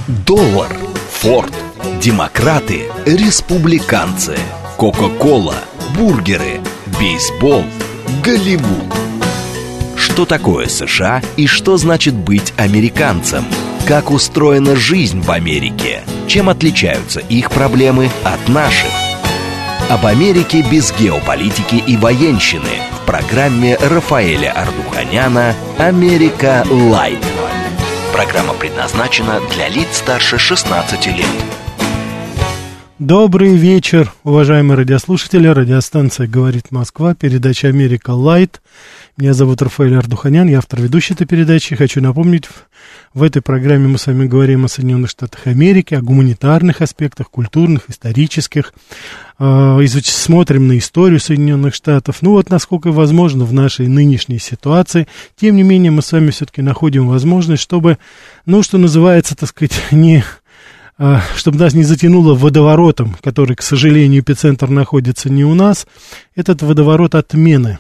Доллар, Форд, демократы, республиканцы, Кока-кола, бургеры, бейсбол, Голливуд. Что такое США и что значит быть американцем? Как устроена жизнь в Америке? Чем отличаются их проблемы от наших? Об Америке без геополитики и военщины в программе Рафаэля Ардуханяна «Америка Лайт». Программа предназначена для лиц старше 16 лет. Добрый вечер, уважаемые радиослушатели. Радиостанция «Говорит Москва», передача «Америка Лайт». Меня зовут Рафаэль Ардуханян, я автор ведущей этой передачи. Хочу напомнить, в этой программе мы с вами говорим о Соединенных Штатах Америки, о гуманитарных аспектах, культурных, исторических. Смотрим на историю Соединенных Штатов. Ну вот, насколько возможно в нашей нынешней ситуации. Тем не менее, мы с вами все-таки находим возможность, чтобы, что называется, чтобы нас не затянуло водоворотом, который, к сожалению, эпицентр находится не у нас, этот водоворот отмены.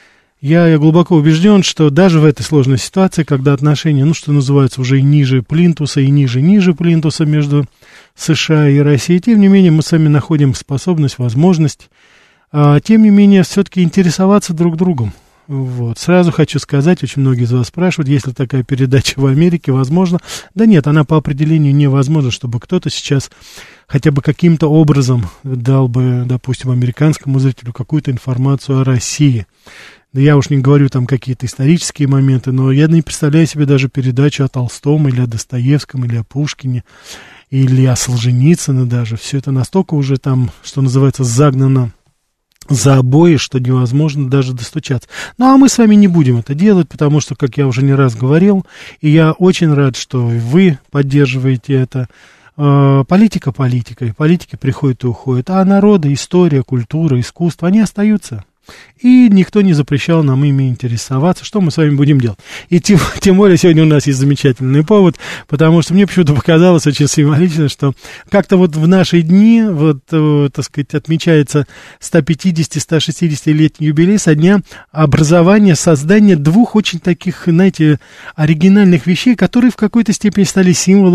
Я глубоко убежден, что даже в этой сложной ситуации, когда отношения, что называется, уже и ниже плинтуса, и ниже плинтуса между США и Россией, тем не менее мы с вами находим способность, возможность, тем не менее, все-таки интересоваться друг другом. Вот. Сразу хочу сказать, очень многие из вас спрашивают, есть ли такая передача в Америке, возможно. Да нет, она по определению невозможна, чтобы кто-то сейчас хотя бы каким-то образом дал бы, допустим, американскому зрителю какую-то информацию о России. Да я уж не говорю там какие-то исторические моменты, но я не представляю себе даже передачу о Толстом или о Достоевском, или о Пушкине, или о Солженицыне даже. Все это настолько уже там, что называется, загнано за обои, что невозможно даже достучаться. А мы с вами не будем это делать, потому что, как я уже не раз говорил, и я очень рад, что вы поддерживаете это. Политика политикой, политики приходят и уходят, а народы, история, культура, искусство, они остаются. И никто не запрещал нам ими интересоваться, что мы с вами будем делать. И тем более сегодня у нас есть замечательный повод, потому что мне почему-то показалось очень символично, что как-то вот в наши дни, отмечается 150-160-летний юбилей со дня образования, создания двух очень таких, оригинальных вещей, которые в какой-то степени стали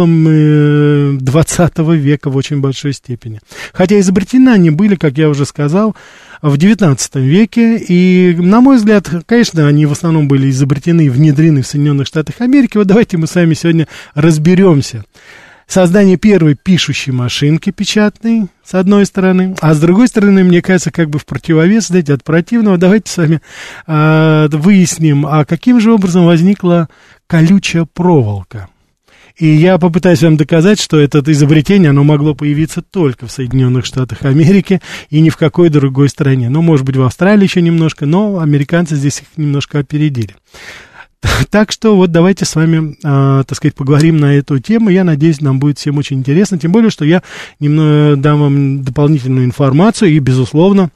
символом 20 века в очень большой степени. Хотя изобретены они были, как я уже сказал, в 19 веке, и, на мой взгляд, конечно, они в основном были изобретены и внедрены в Соединенных Штатах Америки. Вот давайте мы с вами сегодня разберемся. Создание первой пишущей машинки печатной, с одной стороны, а с другой стороны, мне кажется, как бы в противовес от противного, давайте с вами выясним, а каким же образом возникла колючая проволока. И я попытаюсь вам доказать, что это изобретение, оно могло появиться только в Соединенных Штатах Америки и ни в какой другой стране. Может быть, в Австралии еще немножко, но американцы здесь их немножко опередили. Так что вот давайте с вами, поговорим на эту тему. Я надеюсь, нам будет всем очень интересно. Тем более, что я немного дам вам дополнительную информацию и, безусловно,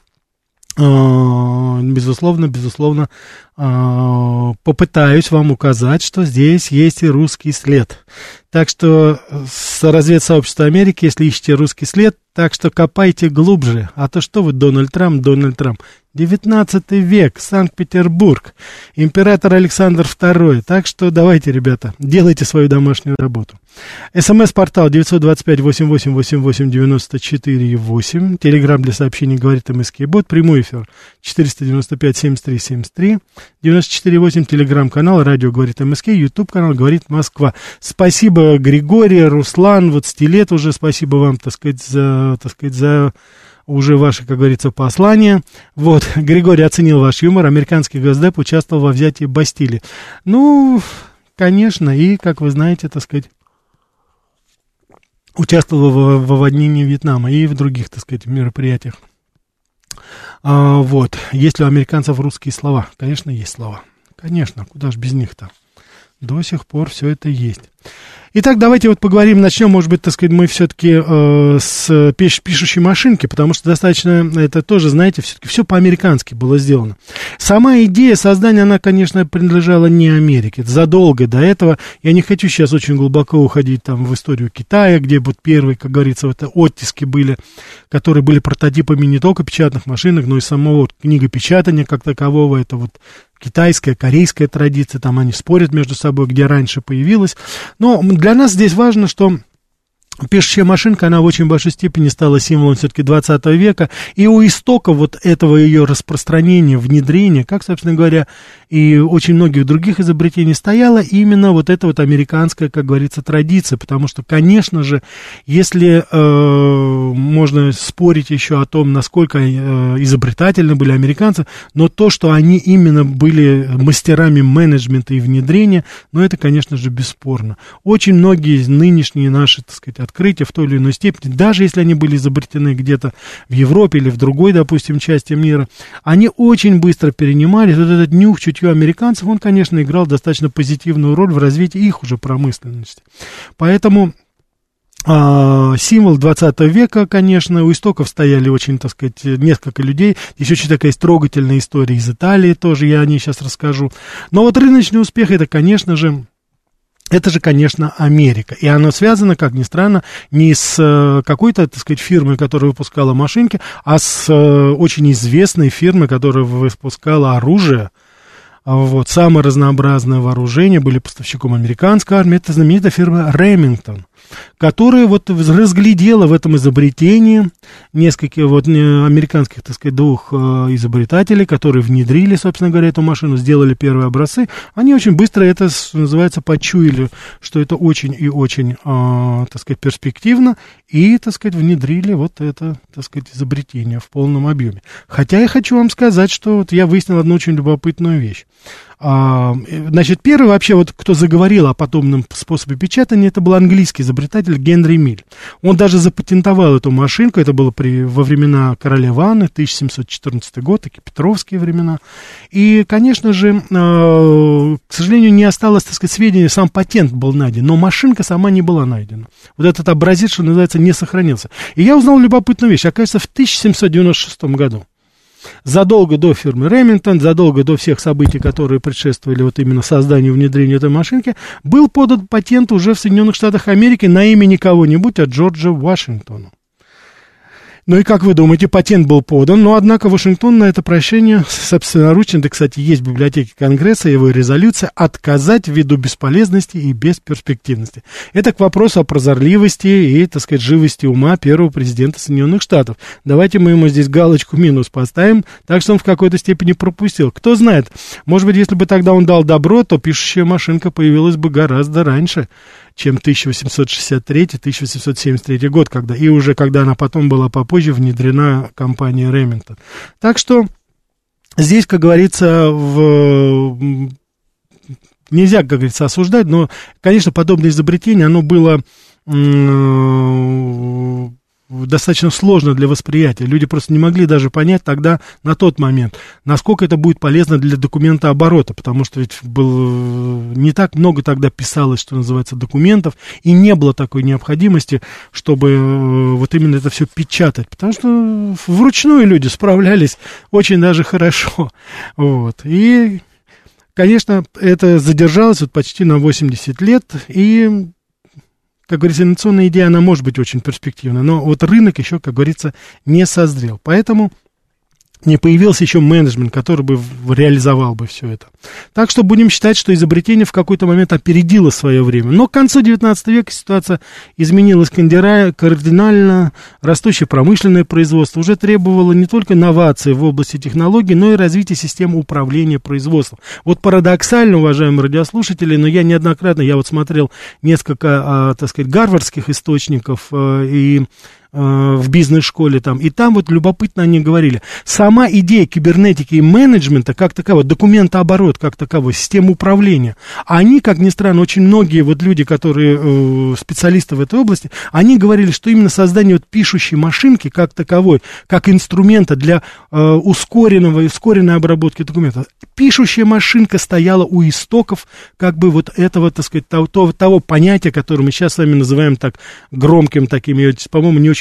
попытаюсь вам указать, что здесь есть и русский след. Так что разведсообщество Америки, если ищете русский след, так что копайте глубже. А то что вы, Дональд Трамп. 19 век, Санкт-Петербург, император Александр II. Так что давайте, ребята, делайте свою домашнюю работу. СМС-портал 925-88-88-94-8. Телеграм для сообщений «Говорит МСК-бот». Прямой эфир 495-73-73. 94-8. Телеграм-канал «Радио Говорит МСК». Ютуб-канал «Говорит Москва». Спасибо, Григорий, Руслан, 20 лет уже. Спасибо вам, за уже ваши, как говорится, послания. Вот, Григорий оценил ваш юмор. Американский Госдеп участвовал во взятии Бастилии. Конечно, и, как вы знаете, участвовал в наводнении Вьетнама и в других, мероприятиях. Вот, есть ли у американцев русские слова? Конечно, есть слова. Конечно, куда же без них-то? До сих пор все это есть. Итак, давайте поговорим, начнем, может быть, мы все-таки с пишущей машинки, потому что достаточно, это тоже, знаете, все-таки все по-американски было сделано. Сама идея создания, она, конечно, принадлежала не Америке. Задолго до этого, я не хочу сейчас очень глубоко уходить в историю Китая, где первые, как говорится, это оттиски были, которые были прототипами не только печатных машинок, но и самого книгопечатания как такового, это китайская, корейская традиция, там они спорят между собой, где раньше появилась. Но для нас здесь важно, что Пишущая машинка, она в очень большой степени стала символом все-таки 20 века, и у истока вот этого ее распространения, внедрения, как, собственно говоря, и очень многих других изобретений стояла именно вот эта вот американская, как говорится, традиция, потому что, конечно же, если можно спорить еще о том, насколько изобретательны были американцы, но то, что они именно были мастерами менеджмента и внедрения, ну, это, конечно же, бесспорно. Очень многие нынешние наши, так сказать, открытия в той или иной степени, даже если они были изобретены где-то в Европе или в другой, допустим, части мира, они очень быстро перенимали. Вот этот нюх, чутье американцев, он, конечно, играл достаточно позитивную роль в развитии их уже промышленности. Поэтому символ 20 века, конечно, у истоков стояли очень, так сказать, несколько людей. Еще очень такая трогательная история из Италии тоже, я о ней сейчас расскажу. Но вот рыночный успех, это, конечно, Америка. И оно связано, как ни странно, не с какой-то, так сказать, фирмой, которая выпускала машинки, а с очень известной фирмой, которая выпускала оружие. Вот, самое разнообразное вооружение, были поставщиком американской армии. Это знаменитая фирма Remington, которая вот разглядела в этом изобретении несколько вот американских, так сказать, двух изобретателей, которые внедрили, собственно говоря, эту машину, сделали первые образцы. Они очень быстро это, что называется, почуяли, что это очень и очень, так сказать, перспективно, и, так сказать, внедрили вот это, так сказать, изобретение в полном объеме. Хотя я хочу вам сказать, что вот я выяснил одну очень любопытную вещь. Значит, первый вообще, вот кто заговорил о подобном способе печатания, это был английский изобретатель Генри Миль. Он даже запатентовал эту машинку, это было во времена королевы Анны, 1714 год, такие петровские времена. И, конечно же, к сожалению, не осталось, так сказать, сведений, сам патент был найден, но машинка сама не была найдена. Вот этот образец, что называется, не сохранился. И я узнал любопытную вещь, оказывается, в 1796 году. Задолго до фирмы Remington, задолго до всех событий, которые предшествовали вот именно созданию и внедрению этой машинки, был подан патент уже в Соединенных Штатах Америки на имя не кого-нибудь, а Джорджа Вашингтона. Ну и как вы думаете, патент был подан, но однако Вашингтон на это прощение собственноручно, да, кстати, есть в библиотеке Конгресса его резолюция, отказать ввиду бесполезности и бесперспективности. Это к вопросу о прозорливости и, так сказать, живости ума первого президента Соединенных Штатов. Давайте мы ему здесь галочку минус поставим, так что он в какой-то степени пропустил. Кто знает, может быть, если бы тогда он дал добро, то пишущая машинка появилась бы гораздо раньше, чем 1863-1873 год, когда она потом была попозже внедрена компанией Remington. Так что здесь, как говорится, нельзя, как говорится, осуждать, но, конечно, подобное изобретение, оно было достаточно сложно для восприятия. Люди просто не могли даже понять тогда, на тот момент, насколько это будет полезно для документооборота, потому что ведь не так много тогда писалось, что называется, документов, и не было такой необходимости, чтобы вот именно это все печатать, потому что вручную люди справлялись очень даже хорошо. Вот. И, конечно, это задержалось вот почти на 80 лет, и, как говорится, инновационная идея, она может быть очень перспективна, но вот рынок еще, как говорится, не созрел. Поэтому не появился еще менеджмент, который бы реализовал бы все это. Так что будем считать, что изобретение в какой-то момент опередило свое время. Но к концу 19 века ситуация изменилась кардинально. Растущее промышленное производство уже требовало не только новаций в области технологий, но и развития систем управления производством. Вот парадоксально, уважаемые радиослушатели, но я неоднократно, я вот смотрел несколько, так сказать, гарвардских источников и в бизнес-школе там, и там вот любопытно они говорили, сама идея кибернетики и менеджмента как таковой, документооборот как таковой, система управления, они, как ни странно, очень многие вот люди, которые специалисты в этой области, они говорили, что именно создание вот пишущей машинки как таковой, как инструмента для ускоренной обработки документов, пишущая машинка стояла у истоков как бы вот этого, так сказать, того понятия, которое мы сейчас с вами называем так громким таким, по-моему, не очень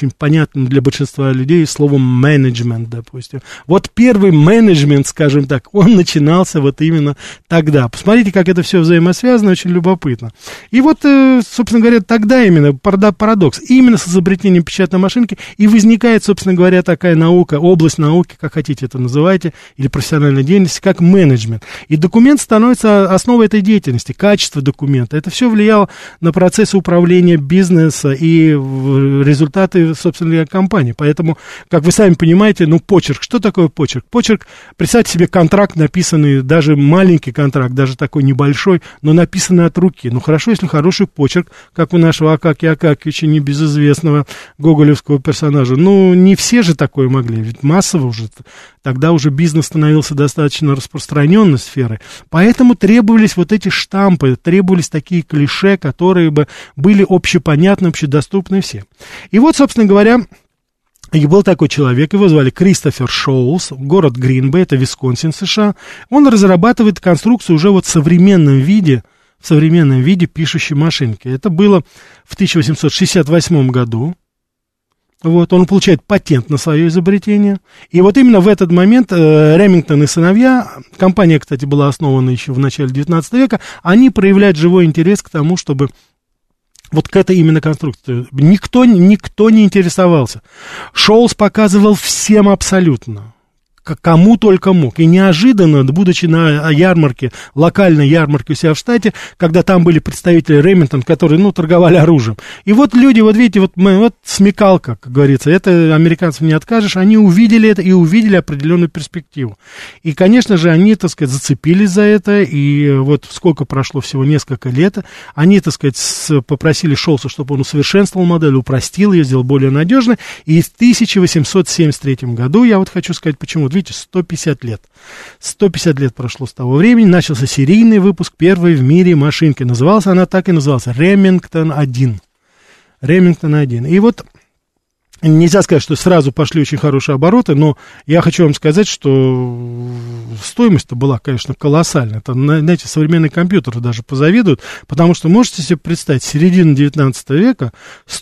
очень понятным для большинства людей словом менеджмент, допустим. Вот первый менеджмент, скажем так, он начинался вот именно тогда. Посмотрите, как это все взаимосвязано, очень любопытно. И вот, собственно говоря, тогда именно парадокс. Именно с изобретением печатной машинки и возникает, собственно говоря, такая наука, область науки, как хотите это называйте, или профессиональной деятельности, как менеджмент. И документ становится основой этой деятельности, качество документа. Это все влияло на процесс управления бизнеса и результаты, собственно говоря, компании. Поэтому, как вы сами понимаете, почерк. Что такое почерк? Почерк, представьте себе контракт, написанный, даже маленький контракт, даже такой небольшой, но написанный от руки. Хорошо, если хороший почерк, как у нашего Акакия Акакевича, небезызвестного гоголевского персонажа. Не все же такое могли, ведь массово уже, тогда уже бизнес становился достаточно распространенной сферой. Поэтому требовались вот эти штампы, требовались такие клише, которые бы были общепонятны, общедоступны всем. И вот, собственно говоря, и был такой человек, его звали Кристофер Шоулс, город Грин-Бэй, это Висконсин, США. Он разрабатывает конструкцию уже вот в современном виде пишущей машинки. Это было в 1868 году. Вот, он получает патент на свое изобретение. И вот именно в этот момент Ремингтон и сыновья, компания, кстати, была основана еще в начале 19 века, они проявляют живой интерес к тому, чтобы вот к этой именно конструкции. Никто не интересовался. Шоулс показывал всем абсолютно, кому только мог. И неожиданно, будучи на ярмарке, локальной ярмарке у себя в штате, когда там были представители Ремингтон, которые, торговали оружием. И вот люди, вот видите, вот смекалка, как говорится, это американцам не откажешь, они увидели это и увидели определенную перспективу. И, конечно же, они, так сказать, зацепились за это, и вот сколько прошло, всего несколько лет, они, так сказать, попросили Шоулса, чтобы он усовершенствовал модель, упростил ее, сделал более надежной, и в 1873 году, я вот хочу сказать, почему. Видите, 150 лет. 150 лет прошло с того времени. Начался серийный выпуск первой в мире машинки. Называлась она так и называлась. Ремингтон-1. Ремингтон-1. И вот нельзя сказать, что сразу пошли очень хорошие обороты, но я хочу вам сказать, что стоимость-то была, конечно, колоссальная. Это, знаете, современные компьютеры даже позавидуют, потому что можете себе представить, середина 19 века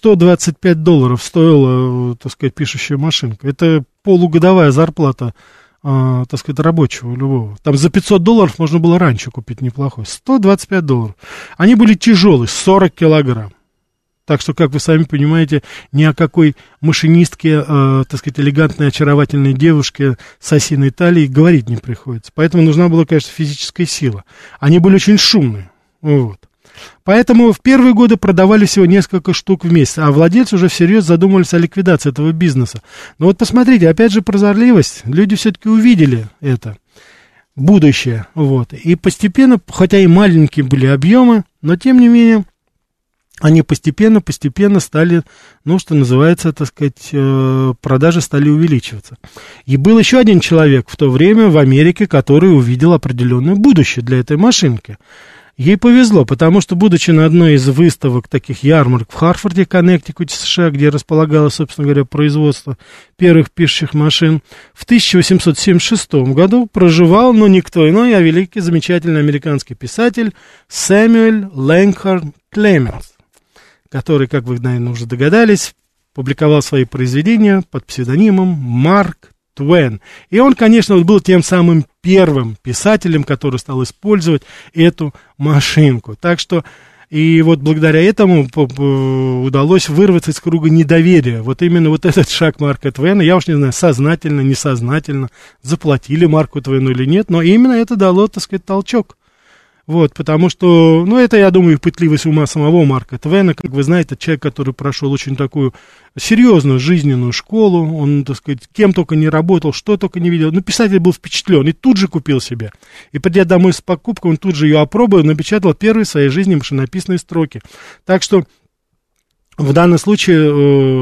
$125 стоила, так сказать, пишущая машинка. Это полугодовая зарплата, так сказать, рабочего любого. Там за $500 можно было раньше купить неплохой. $125. Они были тяжелые, 40 килограмм. Так что, как вы сами понимаете, ни о какой машинистке, так сказать, элегантной, очаровательной девушке с осиной талией говорить не приходится. Поэтому нужна была, конечно, физическая сила. Они были очень шумные. Вот. Поэтому в первые годы продавали всего несколько штук в месяц, а владельцы уже всерьез задумывались о ликвидации этого бизнеса. Но вот посмотрите, опять же прозорливость. Люди все-таки увидели это будущее. Вот. И постепенно, хотя и маленькие были объемы, но тем не менее, они постепенно стали, что называется, так сказать, продажи стали увеличиваться. И был еще один человек в то время в Америке, который увидел определенное будущее для этой машинки. Ей повезло, потому что, будучи на одной из выставок, таких ярмарок в Хартфорде, Коннектикуте, США, где располагалось, собственно говоря, производство первых пишущих машин, в 1876 году проживал, никто иной, а великий, замечательный американский писатель Сэмюэль Лэнкхорн Клеменс, который, как вы, наверное, уже догадались, публиковал свои произведения под псевдонимом Марк Твен. И он, конечно, был тем самым первым писателем, который стал использовать эту машинку. Так что, и вот благодаря этому удалось вырваться из круга недоверия. Вот именно вот этот шаг Марка Твена, я уж не знаю, сознательно, несознательно, заплатили Марку Твену или нет, но именно это дало, так сказать, толчок. Вот, потому что, это, я думаю, пытливость ума самого Марка Твена. Как вы знаете, человек, который прошел очень такую серьезную жизненную школу, он, так сказать, кем только не работал, что только не видел. Писатель был впечатлен и тут же купил себе. И придя домой с покупкой, он тут же ее опробовал, напечатал первые в своей жизни машинописные строки. Так что в данном случае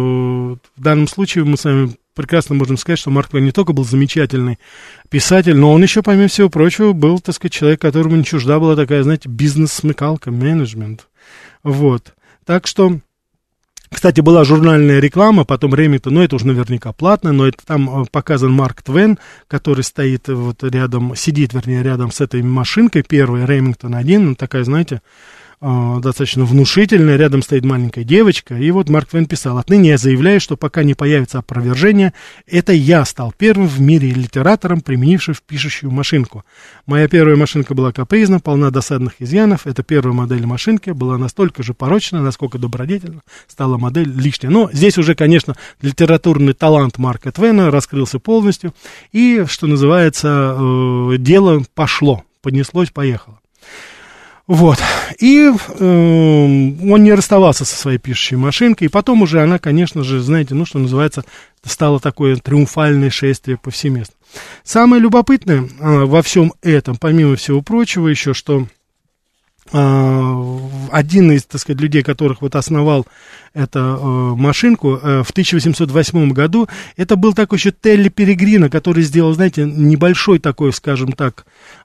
мы с вами прекрасно можем сказать, что Марк Твен не только был замечательный писатель, но он еще, помимо всего прочего, был, так сказать, человек, которому не чужда была такая, знаете, бизнес-смекалка, менеджмент. Вот. Так что, кстати, была журнальная реклама, потом Ремингтон, это уже наверняка платно, но это там показан Марк Твен, который стоит вот рядом, сидит, вернее, рядом с этой машинкой, первой Ремингтон 1, такая, знаете, достаточно внушительная, рядом стоит маленькая девочка, и вот Марк Твен писал: «Отныне я заявляю, что пока не появится опровержение, это я стал первым в мире литератором, применившим пишущую машинку. Моя первая машинка была капризна, полна досадных изъянов, эта первая модель машинки была настолько же порочна, насколько добродетельна стала модель лишняя». Но здесь уже, конечно, литературный талант Марка Твена раскрылся полностью, и, что называется, дело пошло, поднеслось, поехало. Вот, и он не расставался со своей пишущей машинкой, и потом уже она, конечно же, знаете, ну, что называется, стало такое триумфальное шествие повсеместно. Самое любопытное во всем этом, помимо всего прочего, еще, что один из, так сказать, людей, которых вот основал эту машинку в 1808 году, это был такой еще Телли Перегрино, который сделал, знаете, небольшой такой, скажем так,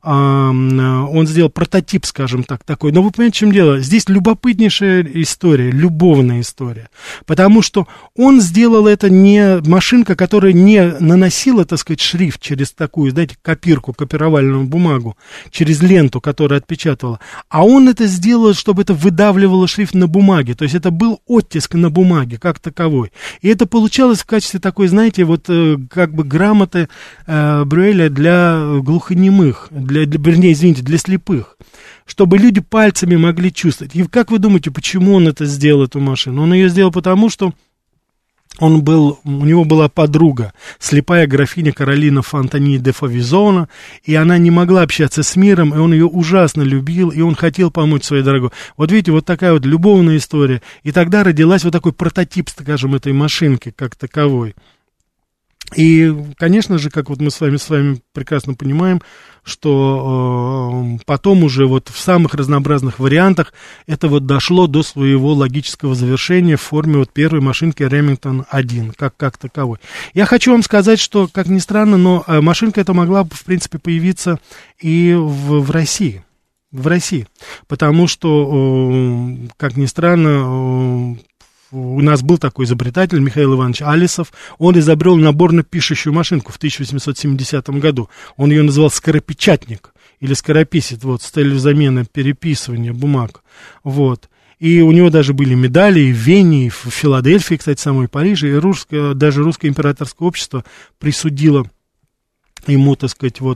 он сделал прототип, скажем так, такой. Но вы понимаете, в чем дело? Здесь любопытнейшая история, любовная история, потому что он сделал это не машинка, которая не наносила, так сказать, шрифт через такую, знаете, копирку, копировальную бумагу, через ленту, которая отпечатывала, а он это сделал, чтобы это выдавливало шрифт на бумаге, то есть это был оттиск на бумаге, как таковой. И это получалось в качестве такой, знаете, вот как бы грамоты Брюэля для глухонемых, вернее, извините, для слепых, чтобы люди пальцами могли чувствовать. И как вы думаете, почему он это сделал, эту машину? Он ее сделал потому, что у него была подруга, слепая графиня Каролина Фонтани де Фавизона, и она не могла общаться с миром, и он ее ужасно любил, и он хотел помочь своей дорогой. Вот видите, вот такая вот любовная история. И тогда родилась вот такой прототип, скажем, этой машинки как таковой. И, конечно же, как вот мы с вами прекрасно понимаем, что потом уже вот в самых разнообразных вариантах это вот дошло до своего логического завершения в форме вот первой машинки Remington 1, как таковой. Я хочу вам сказать, что, как ни странно, но машинка эта могла бы, в принципе, появиться и в России. В России, потому что, как ни странно, у нас был такой изобретатель Михаил Иванович Алисов, он изобрел наборно-пишущую машинку в 1870 году, он ее называл скоропечатник или скорописец, вот, с целью замены переписывания бумаг, вот. И у него даже были медали и в Вене, и в Филадельфии, кстати, самой Париже, и даже русское императорское общество присудило ему, так сказать, вот,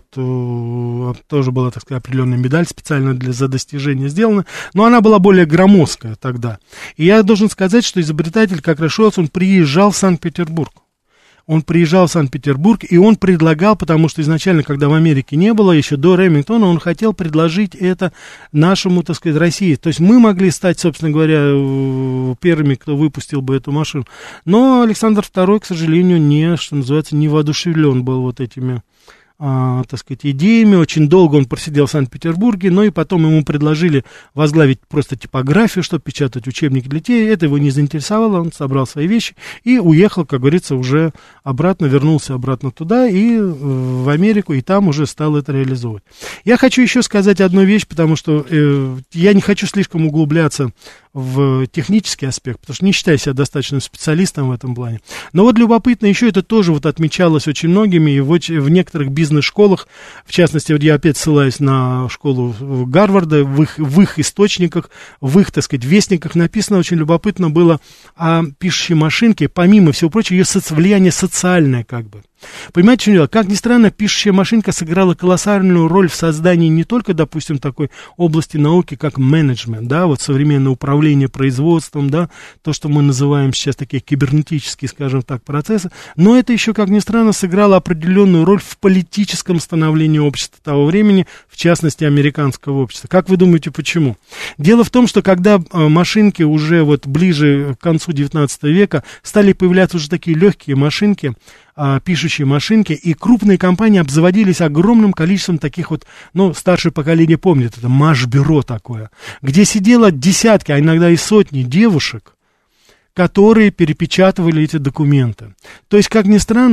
тоже была, так сказать, определенная медаль специально за достижение сделана, но она была более громоздкая тогда. И я должен сказать, что изобретатель, как раз Шольц, он приезжал в Санкт-Петербург. Он приезжал в Санкт-Петербург, и он предлагал, потому что изначально, когда в Америке не было, еще до Ремингтона, он хотел предложить это нашему, так сказать, России. То есть мы могли стать, собственно говоря, первыми, кто выпустил бы эту машину. Но Александр II, к сожалению, что называется, не воодушевлен был вот этими, так сказать, идеями. Очень долго он просидел в Санкт-Петербурге, но и потом ему предложили возглавить просто типографию, чтобы печатать учебники для детей. Это его не заинтересовало, он собрал свои вещи и уехал, как говорится, уже обратно, вернулся обратно туда и в Америку, и там уже стал это реализовывать. Я хочу еще сказать одну вещь, потому что я не хочу слишком углубляться в технический аспект, потому что не считаю себя достаточным специалистом в этом плане. Но вот любопытно еще, это тоже вот отмечалось очень многими, и в некоторых бизнес-школах, в частности, вот я опять ссылаюсь на школу Гарварда, в их источниках, в их, так сказать, вестниках написано, очень любопытно было о пишущей машинке, помимо всего прочего, ее влияние социальное как бы. Понимаете, что дело? Как ни странно, пишущая машинка сыграла колоссальную роль в создании не только, допустим, такой области науки, как менеджмент, да, вот современное управление производством, да, то, что мы называем сейчас такие кибернетические, скажем так, процессы, но это еще, как ни странно, сыграло определенную роль в политическом становлении общества того времени, в частности, американского общества. Как вы думаете, почему? Дело в том, что когда машинки уже вот ближе к концу 19 века стали появляться уже такие легкие машинки, пишущие машинки, и крупные компании обзаводились огромным количеством таких вот, ну, старшее поколение помнит, это Маш-бюро такое, где сидело десятки, а иногда и сотни девушек, которые перепечатывали эти документы. То есть, как ни странно,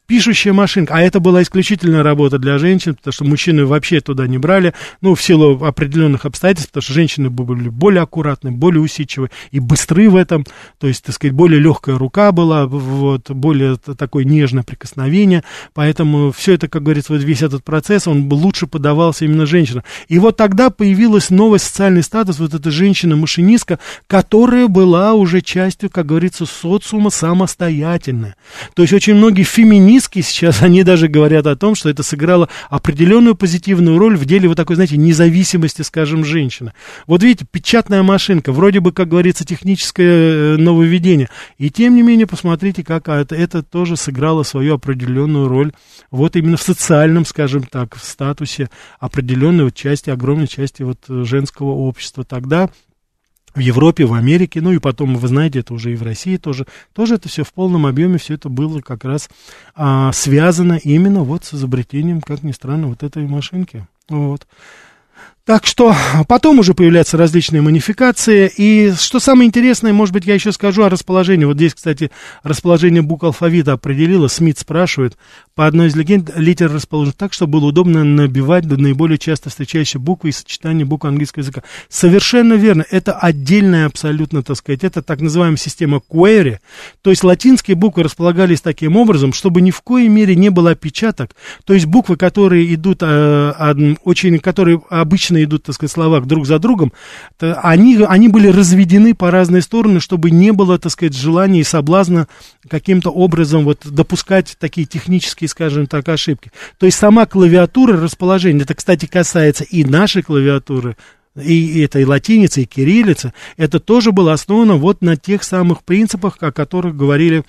пишущая машинка, а это была исключительная работа для женщин, потому что мужчины вообще туда не брали, ну, в силу определенных обстоятельств, потому что женщины были более аккуратны, более усидчивы и быстры в этом, то есть, так сказать, более легкая рука была, вот, более такое нежное прикосновение, поэтому все это, как говорится, вот весь этот процесс, он лучше подавался именно женщинам. И вот тогда появилась новый социальный статус, вот эта женщина-машинистка, которая была уже частью, как говорится, социума самостоятельная. То есть очень многие феминистки сейчас, они даже говорят о том, что это сыграло определенную позитивную роль в деле вот такой, знаете, независимости, скажем, женщины. Вот видите, печатная машинка, вроде бы, как говорится, техническое нововведение, и тем не менее, посмотрите, как это тоже сыграло свою определенную роль, вот именно в социальном, скажем так, в статусе определенной вот части, огромной части вот женского общества. Тогда в Европе, в Америке, ну и потом, вы знаете, это уже и в России тоже это все в полном объеме, все это было как раз связано именно вот с изобретением, как ни странно, вот этой машинки. Вот. Так что потом уже появляются различные модификации, и что самое интересное, может быть, я еще скажу о расположении. Вот здесь, кстати, расположение букв алфавита определило, Смит спрашивает, по одной из легенд литеры расположены так, чтобы было удобно набивать наиболее часто встречающиеся буквы и сочетания букв английского языка. Совершенно верно, это отдельная абсолютно, так сказать, это так называемая система query, то есть латинские буквы располагались таким образом, чтобы ни в коей мере не было опечаток, то есть буквы, которые идут, которые обычно идут, так сказать, слова друг за другом, они были разведены по разные стороны, чтобы не было, так сказать, желания и соблазна каким-то образом вот допускать такие технические, скажем так, ошибки. То есть сама клавиатура расположения, это, кстати, касается и нашей клавиатуры, и этой латиницы, и кириллицы, это тоже было основано вот на тех самых принципах, о которых говорили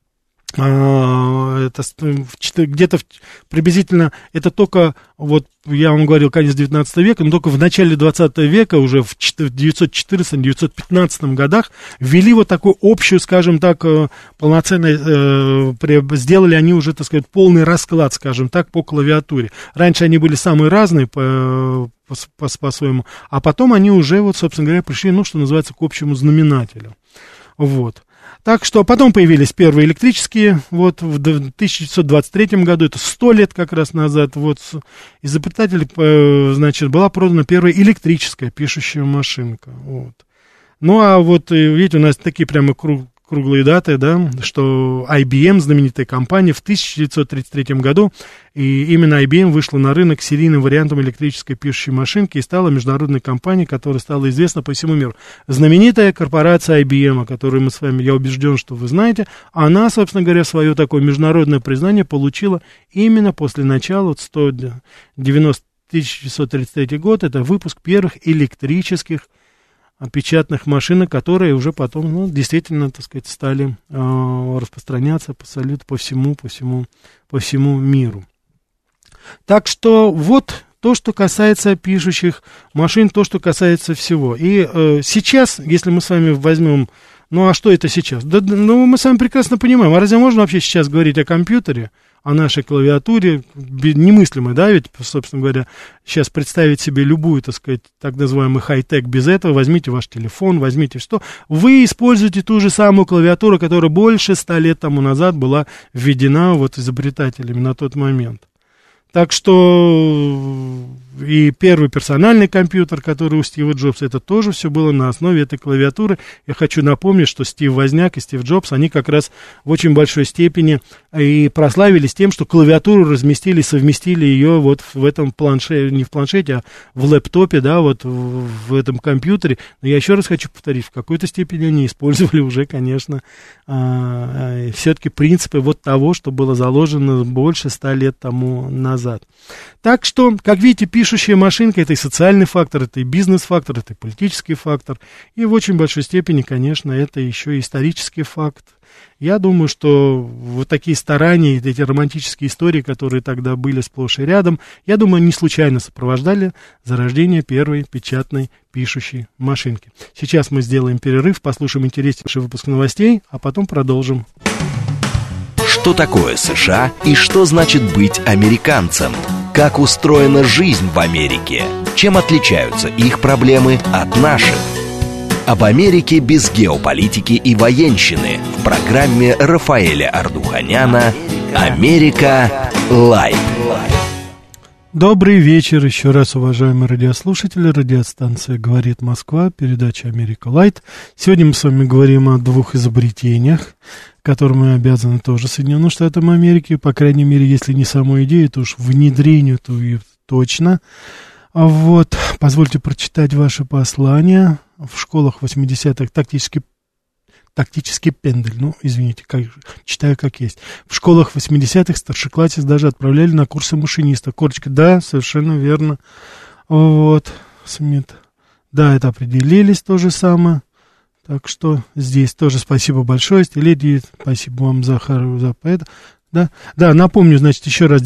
это где-то приблизительно, это только, вот я вам говорил, конец 19 века, но только в начале 20 века, уже в 914-915 годах, ввели вот такую общую, скажем так, полноценную, сделали они уже, так сказать, полный расклад, скажем так, по клавиатуре. Раньше они были самые разные по-своему, а потом они уже, вот, собственно говоря, пришли, ну, что называется, к общему знаменателю. Вот. Так что потом появились первые электрические, вот в 1923 году, это 100 лет как раз назад, вот изобретатель, значит, была продана первая электрическая пишущая машинка, вот. Ну, а вот, видите, у нас такие прямо круглые даты, да, что IBM, знаменитая компания, в 1933 году, и именно IBM вышла на рынок с серийным вариантом электрической пишущей машинки и стала международной компанией, которая стала известна по всему миру. Знаменитая корпорация IBM, о которой мы с вами, я убежден, что вы знаете, она, собственно говоря, свое такое международное признание получила именно после начала, вот 1933 год, это выпуск первых электрических печатных машинок, которые уже потом, ну, действительно, так сказать, стали распространяться абсолютно по всему миру. Так что вот то, что касается пишущих машин, то, что касается всего. И сейчас, если мы с вами возьмем, ну, а что это сейчас? Да, ну, мы с вами прекрасно понимаем, а разве можно вообще сейчас говорить о компьютере, о нашей клавиатуре, немыслимо, да, ведь, собственно говоря, сейчас представить себе любую, так сказать, так называемый хай-тек без этого, возьмите ваш телефон, возьмите что, вы используете ту же самую клавиатуру, которая больше 100 лет тому назад была введена вот изобретателями на тот момент. Так что и первый персональный компьютер, который у Стива Джобса, это тоже все было на основе этой клавиатуры. Я хочу напомнить, что Стив Возняк и Стив Джобс, они как раз в очень большой степени и прославились тем, что клавиатуру разместили, совместили ее вот в этом планшете, не в планшете, а в лэптопе, да, вот в этом компьютере. Но я еще раз хочу повторить, в какой-то степени они использовали уже, конечно, все-таки принципы вот того, что было заложено больше 100 лет тому назад. Так что, как видите, пишущая машинка — это и социальный фактор, это и бизнес-фактор, это и политический фактор, и в очень большой степени, конечно, это еще и исторический факт. Я думаю, что вот такие старания, эти романтические истории, которые тогда были сплошь и рядом, я думаю, не случайно сопровождали зарождение первой печатной пишущей машинки. Сейчас мы сделаем перерыв, послушаем интереснейший выпуск новостей, а потом продолжим. Что такое США и что значит быть американцем? Как устроена жизнь в Америке? Чем отличаются их проблемы от наших? Об Америке без геополитики и военщины в программе Рафаэля Ардуханяна Америка Лайт. Добрый вечер еще раз, уважаемые радиослушатели. Радиостанция «Говорит Москва», передача «Америка Лайт». Сегодня мы с вами говорим о двух изобретениях, которым мы обязаны тоже Соединенным Штатам Америки. По крайней мере, если не самой идее, то уж внедрению, то и точно. Вот, позвольте прочитать ваше послание. В школах 80-х тактический пендель, ну, извините, читаю как есть. В школах 80-х старшеклассниц даже отправляли на курсы машиниста. Корочка, да, совершенно верно. Вот, Смит. Да, это определились то же самое. Так что здесь тоже спасибо большое. Стилетие, спасибо вам за это. Да, напомню, значит, еще раз,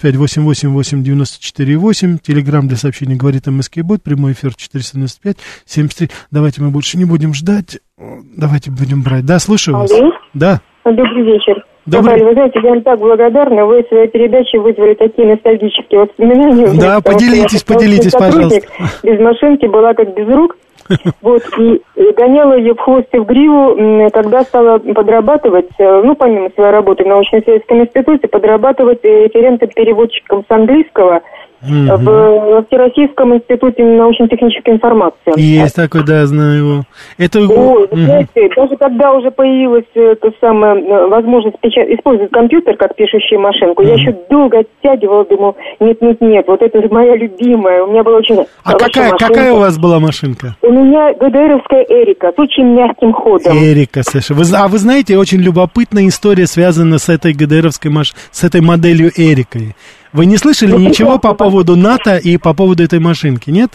925-888-94-8, телеграм для сообщений «Говорит МСК-бот», прямой эфир 495-73. Давайте мы больше не будем ждать, давайте будем брать. Да, слушаю вас. Алло. Да. Добрый вечер. Добрый. Вы знаете, я вам так благодарна, вы в своей передаче вызвали такие ностальгические воспоминания. Да, поделитесь, пожалуйста. Без машинки была как без рук. Вот, и гоняла ее в хвост и в гриву, когда стала подрабатывать, ну, помимо своей работы в научно-исследовательском институте, подрабатывать референтом-переводчиком с английского в Всероссийском институте научно-технической информации. Есть такой, да, знаю его. Это... Ой, знаете, даже когда уже появилась та самая возможность использовать компьютер как пишущую машинку, я еще долго оттягивала, думаю, нет, вот это же моя любимая. У меня была очень... А какая у вас была машинка? У меня ГДРовская Эрика с очень мягким ходом. Эрика, Саша. Вы знаете, очень любопытная история связана с этой ГДРовской с этой моделью Эрикой. Вы не слышали ничего по поводу НАТО и по поводу этой машинки, нет?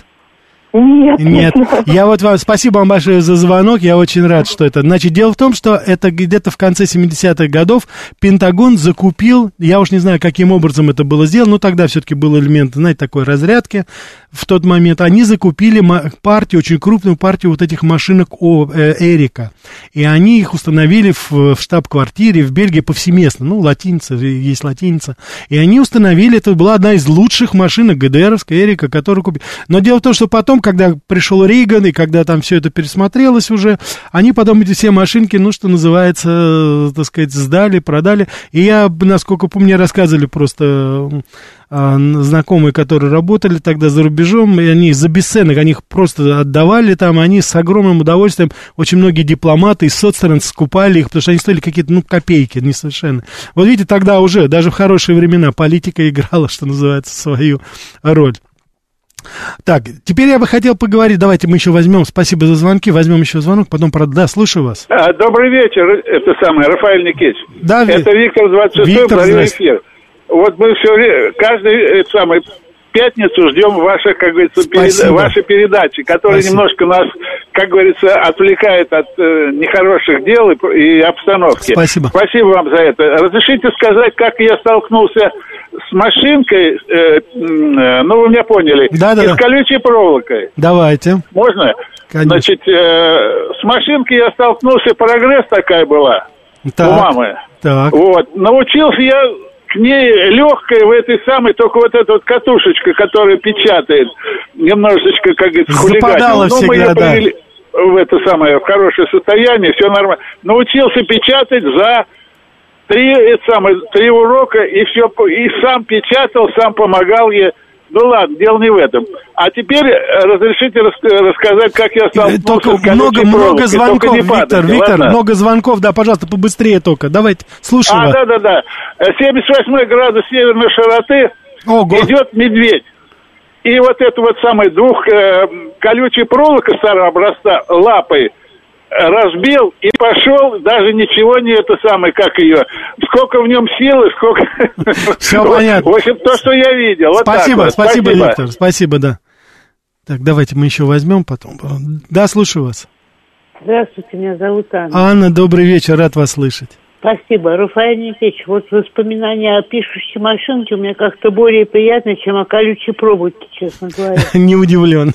Нет. Я вот вам, спасибо вам большое за звонок, я очень рад, что это. Значит, дело в том, что это где-то в конце 70-х годов Пентагон закупил, я уж не знаю, каким образом это было сделано, но тогда все-таки был элемент, знаете, такой разрядки. В тот момент они закупили партию, очень крупную партию вот этих машинок Эрика. И они их установили в штаб-квартире в Бельгии повсеместно. Ну, латиница, есть латиница. И они установили, это была одна из лучших машинок ГДРовская Эрика, которую купили. Но дело в том, что потом, когда пришел Рейган, и когда там все это пересмотрелось уже, они потом эти все машинки, ну, что называется, так сказать, сдали, продали. И я, насколько помню, рассказывали просто знакомые, которые работали тогда за рубежом, и они за бесценок, они их просто отдавали там, они с огромным удовольствием, очень многие дипломаты из соцстран скупали их, потому что они стоили какие-то, ну, копейки, несовершенно. Вот видите, тогда уже, даже в хорошие времена, политика играла, что называется, свою роль. Так, теперь я бы хотел поговорить, давайте мы еще возьмем, спасибо за звонки, возьмем еще звонок, потом, да, слушаю вас. Добрый вечер, это самое, Рафаэль Никитич. Да, это Виктор 26-й, второй эфир. Вот мы все время, каждую пятницу ждем ваших, как говорится, ваши передачи, которые немножко нас, как говорится, отвлекают от нехороших дел и обстановки. Спасибо. Спасибо вам за это. Разрешите сказать, как я столкнулся с машинкой, ну, вы меня поняли, с колючей проволокой. Давайте. Можно? Конечно. Значит, с машинкой я столкнулся, прогресс такая была у мамы. Так. Вот. Научился я к ней легкой в этой самой, только вот эта вот катушечка, которая печатает, немножечко, как говорится, хулиганила. Но мы ее привели в это самое, в хорошее состояние, все нормально. Научился печатать за 3 урока, и все, и сам печатал, сам помогал ей. Ну ладно, дело не в этом. А теперь разрешите рассказать, как я столкнулся с колючей проволокой. Много звонков, Виктор, много звонков, да, пожалуйста, побыстрее только. Давайте, слушаю вас. Да. 78 градус северной широты. Ого. Идет медведь. И вот эту вот самую колючей проволокой старого образца лапой разбил и пошел, даже ничего не это самое, как ее, сколько в нем силы, сколько... Все понятно. В общем, то, что я видел. Спасибо, спасибо, Виктор, спасибо, да. Так, давайте мы еще возьмем потом. Да, слушаю вас. Здравствуйте, меня зовут Анна. Анна, добрый вечер, рад вас слышать. Спасибо. Рафаэль Никитич, вот воспоминания о пишущей машинке у меня как-то более приятные, чем о колючей проволоке, честно говоря. Не удивлен.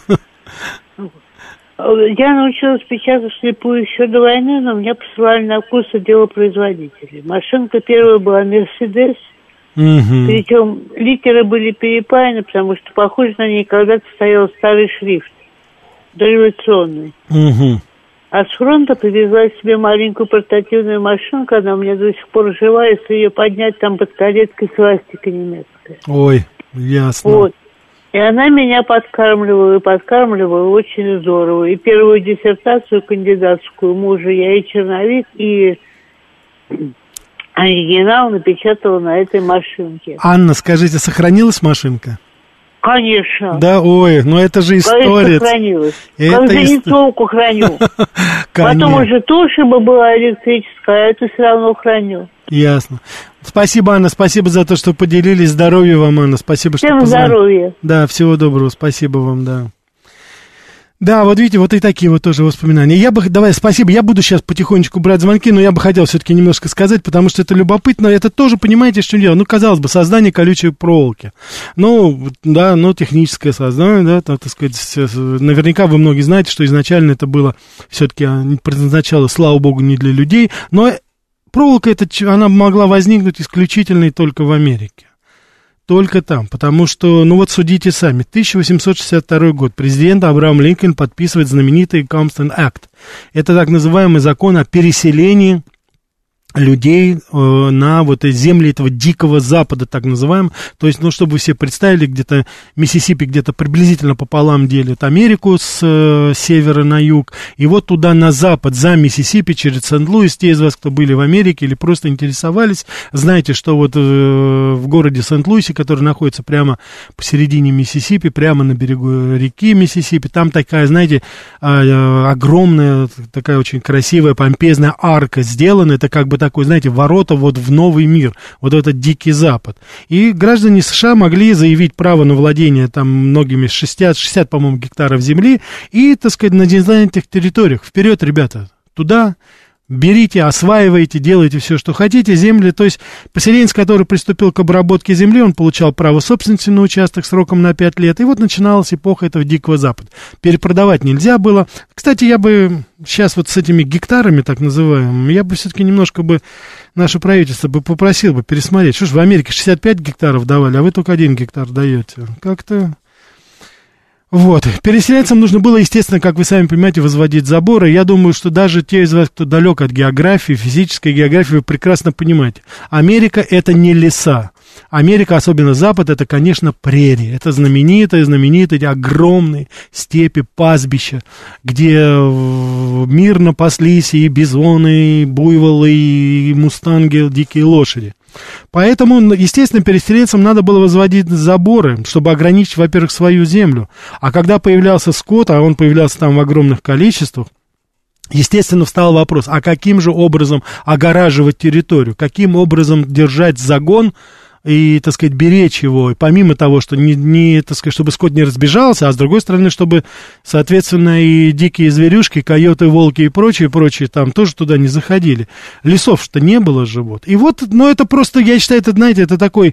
Я научилась печатать вслепую еще до войны, но меня посылали на курсы делопроизводителей. Машинка первая была «Мерседес», причем литеры были перепаяны, потому что, похоже, на ней когда-то стоял старый шрифт, дореволюционный. А с фронта привезла себе маленькую портативную машинку, она у меня до сих пор жива, если ее поднять, там под калиткой свастика немецкая. Ой, ясно. Вот. И она меня подкармливала очень здорово. И первую диссертацию кандидатскую мужа я и черновик, и оригинал напечатала на этой машинке. Анна, скажите, сохранилась машинка? Конечно. Да, ой, ну это же история. Сохранилась. Как зеницовку храню. Потом уже Тошиба была электрическая, а это все равно храню. Ясно. Спасибо, Анна, спасибо за то, что поделились. Здоровья вам, Анна, спасибо, что позвонили. Всем здоровья. Да, всего доброго, спасибо вам, да. Да, вот видите, вот и такие вот тоже воспоминания. Давай, спасибо, я буду сейчас потихонечку брать звонки, но я бы хотел все-таки немножко сказать, потому что это любопытно, это тоже, понимаете, что дело? Ну, казалось бы, создание колючей проволоки. Ну, да, техническое создание, да, так сказать, наверняка вы многие знаете, что изначально это было все-таки предназначалось, слава богу, не для людей, но проволока эта, она могла возникнуть исключительно и только в Америке. Только там, потому что, судите сами, 1862 год, президент Абрахам Линкольн подписывает знаменитый Comstock Act. Это так называемый закон о переселении людей на земли этого дикого запада, так называемого. То есть, чтобы вы себе представили, где-то Миссисипи где-то приблизительно пополам делит Америку с севера на юг, и вот туда на запад, за Миссисипи, через Сент-Луис. Те из вас, кто были в Америке или просто интересовались, знаете, что вот в городе Сент-Луисе, который находится прямо посередине Миссисипи, прямо на берегу реки Миссисипи, там такая, знаете, огромная, такая очень красивая, помпезная арка сделана, это как бы такой, знаете, ворота вот в новый мир, вот этот дикий запад. И граждане США могли заявить право на владение там многими 60, по-моему, гектаров земли и, так сказать, на незанятых территориях. Вперед, ребята, туда берите, осваивайте, делайте все, что хотите, земли, то есть поселенец, который приступил к обработке земли, он получал право собственности на участок сроком на 5 лет, и вот начиналась эпоха этого Дикого Запада. Перепродавать нельзя было. Кстати, я бы сейчас вот с этими гектарами, так называемыми, я бы все-таки немножко бы наше правительство бы попросил бы пересмотреть. Что ж, в Америке 65 гектаров давали, а вы только 1 гектар даете. Как-то... Вот, переселенцам нужно было, естественно, как вы сами понимаете, возводить заборы. Я думаю, что даже те из вас, кто далек от географии, физической географии, вы прекрасно понимаете. Америка — это не леса. Америка, особенно Запад, это, конечно, прерии. Это знаменитые эти огромные степи, пастбища, где мирно паслись и бизоны, и буйволы, и мустанги, дикие лошади. Поэтому, естественно, переселенцам надо было возводить заборы, чтобы ограничить, во-первых, свою землю. А когда появлялся скот, а он появлялся там в огромных количествах, естественно, встал вопрос, а каким же образом огораживать территорию, каким образом держать загон и, так сказать, беречь его, и помимо того, что так сказать, чтобы скот не разбежался, а с другой стороны, чтобы, соответственно, и дикие зверюшки, койоты, волки и прочие, там тоже туда не заходили. Лесов-то не было же, вот. И вот, это просто, я считаю, это, знаете, это такой,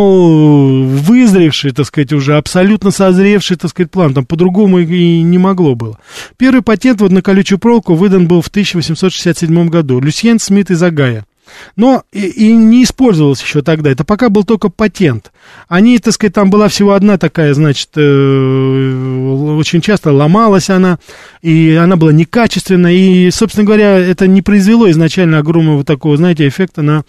вызревший, так сказать, уже абсолютно созревший, так сказать, план, там по-другому и не могло было. Первый патент вот на колючую проволоку выдан был в 1867 году, Люсьен Смит из Огайо. Но и не использовалось еще тогда, это пока был только патент. Они, так сказать, там была всего одна такая, значит, очень часто ломалась она, и она была некачественная, и, собственно говоря, это не произвело изначально огромного такого, знаете, эффекта на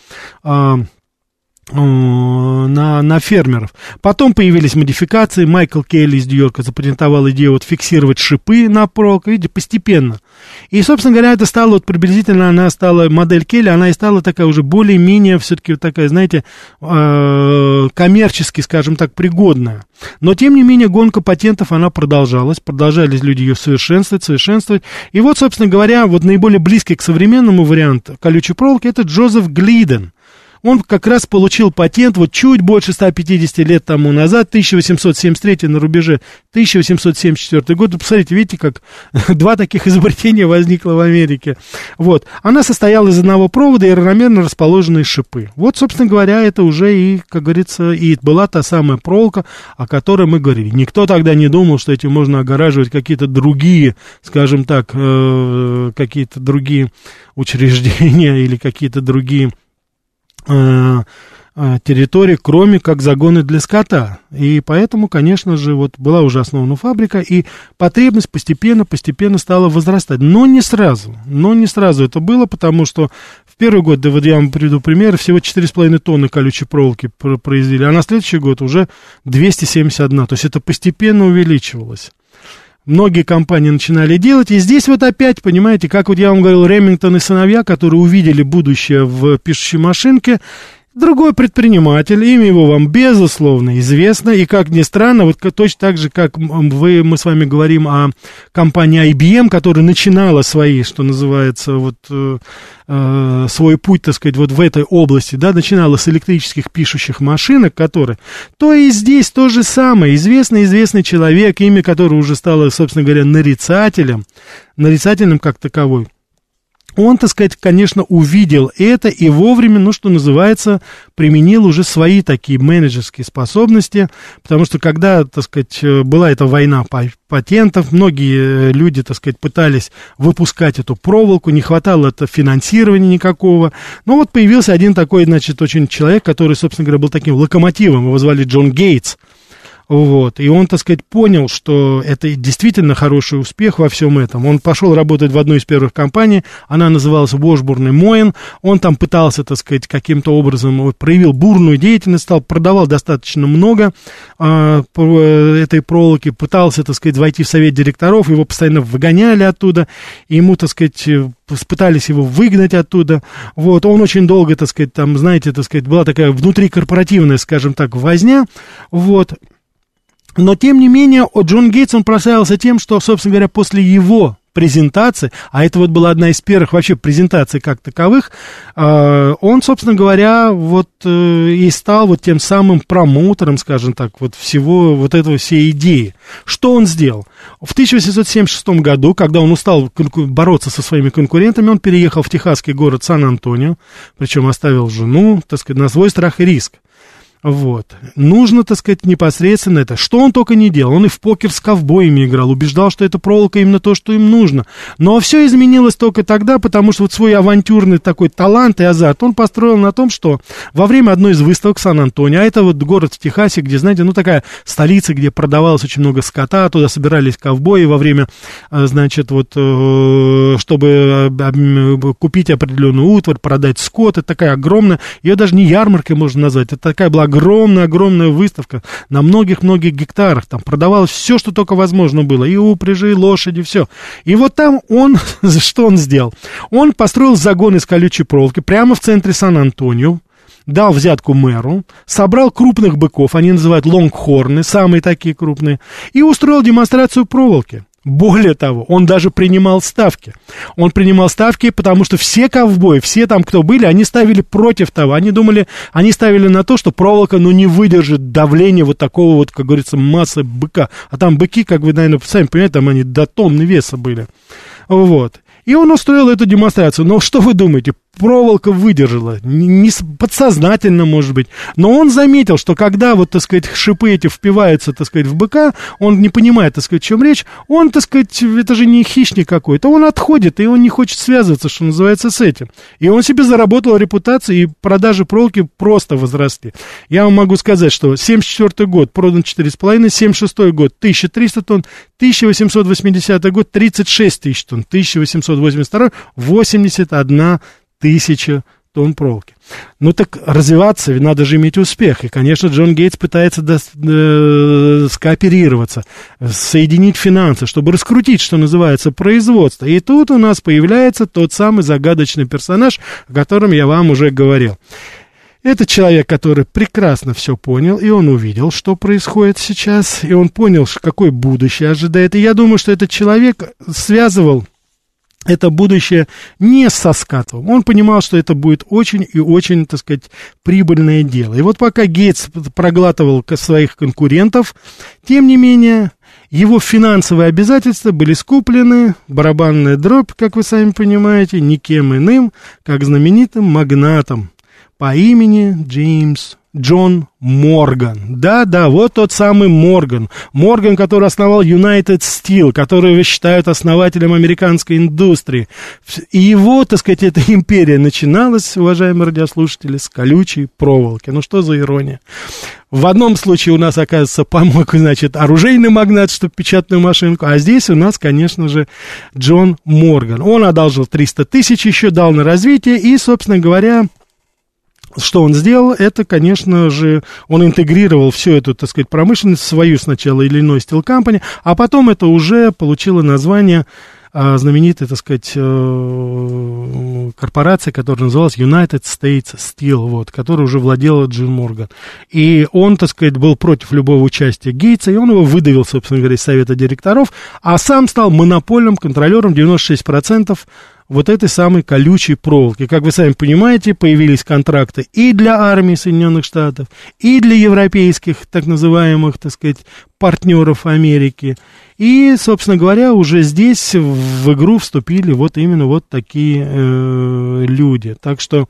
фермеров. Потом появились модификации. Майкл Келли из Нью-Йорка запатентовал идею фиксировать шипы на проволоку, видите, постепенно. И, собственно говоря, это стало приблизительно, она стала, модель Келли, она и стала такая уже более-менее все-таки такая, знаете, коммерчески, скажем так, пригодная. Но, тем не менее, гонка патентов, она продолжались люди ее совершенствовать. И вот, собственно говоря, вот наиболее близкий к современному варианту колючей проволоки это Джозеф Глиден. Он как раз получил патент вот чуть больше 150 лет тому назад, 1873 на рубеже 1874 год. Посмотрите, видите, как два таких изобретения возникло в Америке. Вот. Она состояла из одного провода и равномерно расположенные шипы. Вот, собственно говоря, это уже и, как говорится, и была та самая проволока, о которой мы говорили. Никто тогда не думал, что этим можно огораживать какие-то другие, скажем так, какие-то другие учреждения или какие-то другие территории, кроме как загоны для скота. И поэтому, конечно же, вот была уже основана фабрика, и потребность постепенно стала возрастать. Но не сразу это было, потому что в первый год, да вот я вам приведу пример, всего 4,5 тонны колючей проволоки произвели, а на следующий год уже 271. То есть это постепенно увеличивалось. Многие компании начинали делать, и здесь вот опять, понимаете, как вот я вам говорил, Ремингтон и сыновья, которые увидели будущее в пишущей машинке. Другой предприниматель, имя его вам, безусловно, известно, и, как ни странно, вот точно так же, как мы с вами говорим о компании IBM, которая начинала свои, что называется, вот, свой путь, так сказать, вот в этой области, да, начинала с электрических пишущих машинок, которые, то и здесь то же самое, известный человек, имя которого уже стало, собственно говоря, нарицателем как таковой. Он, так сказать, конечно, увидел это и вовремя, ну, что называется, применил уже свои такие менеджерские способности, потому что когда, так сказать, была эта война патентов, многие люди, так сказать, пытались выпускать эту проволоку, не хватало это финансирования никакого, но вот появился один такой, значит, очень человек, который, собственно говоря, был таким локомотивом, его звали Джон Гейтс. Вот, и он, так сказать, понял, что это действительно хороший успех во всем этом. Он пошел работать в одну из первых компаний, она называлась Washburn & Moyen. Он там пытался, так сказать, каким-то образом, вот, проявил бурную деятельность, продавал достаточно много этой проволоки, пытался, так сказать, войти в совет директоров, его постоянно выгоняли оттуда, и ему, так сказать, пытались его выгнать оттуда. Вот, он очень долго, так сказать, там, знаете, так сказать, была такая внутрикорпоративная, скажем так, возня, вот. Но, тем не менее, Джон Гейтс, он прославился тем, что, собственно говоря, после его презентации, а это вот была одна из первых вообще презентаций как таковых, он, собственно говоря, вот и стал вот тем самым промоутером, скажем так, вот всего вот этого всей идеи. Что он сделал? В 1876 году, когда он устал бороться со своими конкурентами, он переехал в техасский город Сан-Антонио, причем оставил жену, так сказать, на свой страх и риск. Вот. Нужно, так сказать, непосредственно это. Что он только не делал. Он и в покер с ковбоями играл, убеждал, что эта проволока именно то, что им нужно. Но все изменилось только тогда, потому что вот свой авантюрный такой талант и азарт он построил на том, что во время одной из выставок Сан-Антонио, а это вот город в Техасе, где, знаете, ну такая столица, где продавалось очень много скота, туда собирались ковбои во время, значит, вот, чтобы купить определенную утварь, продать скот. Это такая огромная, ее даже не ярмаркой можно назвать, это такая была огромная выставка на многих-многих гектарах. Там продавалось все, что только возможно было. И упряжи, и лошади, все. И вот там он, что он сделал? Он построил загон из колючей проволоки прямо в центре Сан-Антонио, дал взятку мэру, собрал крупных быков, они называют лонгхорны, самые такие крупные, и устроил демонстрацию проволоки. Более того, он даже принимал ставки. Он принимал ставки, потому что все ковбои, все там, кто были, они ставили против того. Они думали, они ставили на то, что проволока, ну, не выдержит давления вот такого вот, как говорится, массы быка. А там быки, как вы, наверное, сами понимаете, там они до тонны веса были. Вот. И он устроил эту демонстрацию. Но что вы думаете? Проволока выдержала, не подсознательно, может быть, но он заметил, что когда, вот, так сказать, шипы эти впиваются, так сказать, в быка, он не понимает, так сказать, о чем речь, он, так сказать, это же не хищник какой-то, он отходит, и он не хочет связываться, что называется, с этим. И он себе заработал репутацию, и продажи проволоки просто возросли. Я вам могу сказать, что 74 год продан 4,5, 76 год 1300 тонн, 1880 год 36 тысяч тонн, 1882 81 тысяча тонн проволоки. Ну так развиваться, надо же иметь успех. И, конечно, Джон Гейтс пытается скооперироваться, соединить финансы, чтобы раскрутить, что называется, производство. И тут у нас появляется тот самый загадочный персонаж, о котором я вам уже говорил. Это человек, который прекрасно все понял, и он увидел, что происходит сейчас, и он понял, какое будущее ожидает. И я думаю, что этот человек связывал это будущее не со скатом. Он понимал, что это будет очень и очень, так сказать, прибыльное дело. И вот пока Гейтс проглатывал своих конкурентов, тем не менее, его финансовые обязательства были скуплены, барабанная дробь, как вы сами понимаете, никем иным, как знаменитым магнатом по имени Джон Морган. Да, вот тот самый Морган. Морган, который основал United Steel, которого считают основателем американской индустрии. И его, так сказать, эта империя начиналась, уважаемые радиослушатели, с колючей проволоки. Ну что за ирония? В одном случае у нас, оказывается, помог, значит, оружейный магнат, чтобы печатную машинку, а здесь у нас, конечно же, Джон Морган. Он одолжил 300 тысяч еще, дал на развитие, и, собственно говоря, что он сделал, это, конечно же, он интегрировал всю эту, так сказать, промышленность в свою сначала Illinois Steel Company, а потом это уже получило название знаменитой, так сказать, корпорации, которая называлась United States Steel, вот, которой уже владела Джон Морган. И он, так сказать, был против любого участия Гейтса, и он его выдавил, собственно говоря, из совета директоров, а сам стал монопольным контролером 96% вот этой самой колючей проволоки. Как вы сами понимаете, появились контракты и для армии Соединенных Штатов, и для европейских, так называемых, так сказать, партнеров Америки. И, собственно говоря, уже здесь в игру вступили вот именно вот такие люди. Так что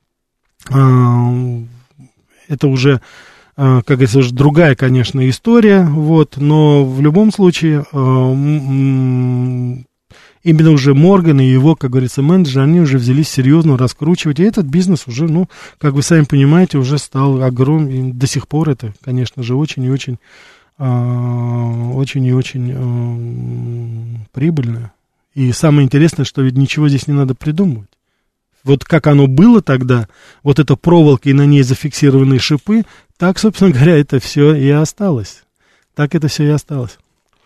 это уже, как говорится, уже другая, конечно, история, вот, но в любом случае именно уже Морган и его, как говорится, менеджеры, они уже взялись серьезно раскручивать, и этот бизнес уже, ну, как вы сами понимаете, уже стал огромным, и до сих пор это, конечно же, очень и очень прибыльно. И самое интересное, что ведь ничего здесь не надо придумывать. Вот как оно было тогда, вот эта проволока и на ней зафиксированные шипы, так, собственно говоря, это все и осталось. Так это все и осталось.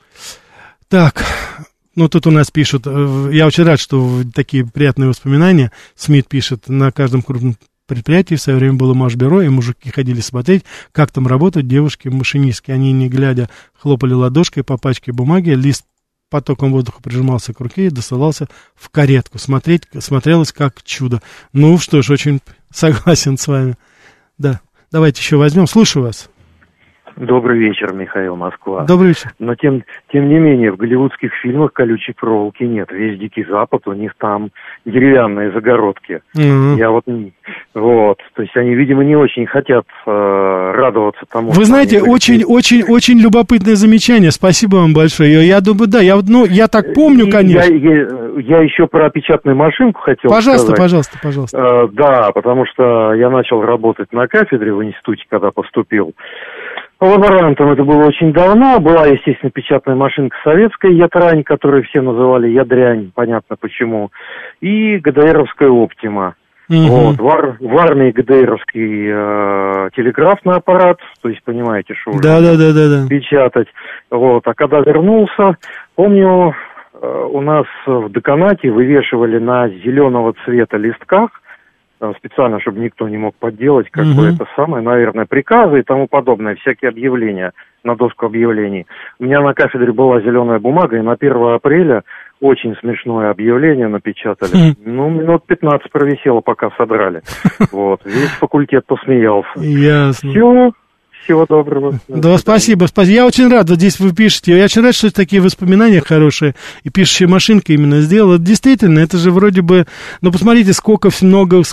Так, ну тут у нас пишут, я очень рад, что такие приятные воспоминания. Смит пишет, на каждом крупном предприятии в свое время было машбюро, и мужики ходили смотреть, как там работают девушки-машинистки. Они, не глядя, хлопали ладошкой по пачке бумаги, лист потоком воздуха прижимался к руке и досылался в каретку. Смотрелось как чудо. Ну что ж, очень согласен с вами. Да, давайте еще возьмем. Слушаю вас. Добрый вечер, Михаил, Москва. Добрый вечер. Но тем не менее, в голливудских фильмах колючей проволоки нет. Весь Дикий Запад, у них там деревянные загородки. Я вот, то есть они, видимо, не очень хотят радоваться тому. Вы знаете, очень любопытное замечание. Спасибо вам большое. Я думаю, да, я так помню, конечно. Я еще про печатную машинку хотел сказать. Пожалуйста. Да, потому что я начал работать на кафедре в институте, когда поступил. Лаборантом это было очень давно. Была, естественно, печатная машинка советская «Ятрань», которую все называли «Ядрянь», понятно почему, и ГДРовская «Оптима». Вот, в армии ГДРовский телеграфный аппарат, то есть, понимаете, что уже печатать. Вот, а когда вернулся, помню, у нас в деканате вывешивали на зеленого цвета листках, специально, чтобы никто не мог подделать, как бы это самое, наверное, приказы и тому подобное, всякие объявления, на доску объявлений. У меня на кафедре была зеленая бумага, и на 1 апреля очень смешное объявление напечатали. Ну, минут 15 провисело, пока содрали. Вот, весь факультет посмеялся. Ясно. Всего доброго. Да, спасибо. Я очень рад, вот здесь вы пишете, я очень рад, что такие воспоминания хорошие, и пишущая машинка именно сделала. Действительно, это же вроде бы, ну, посмотрите, сколько много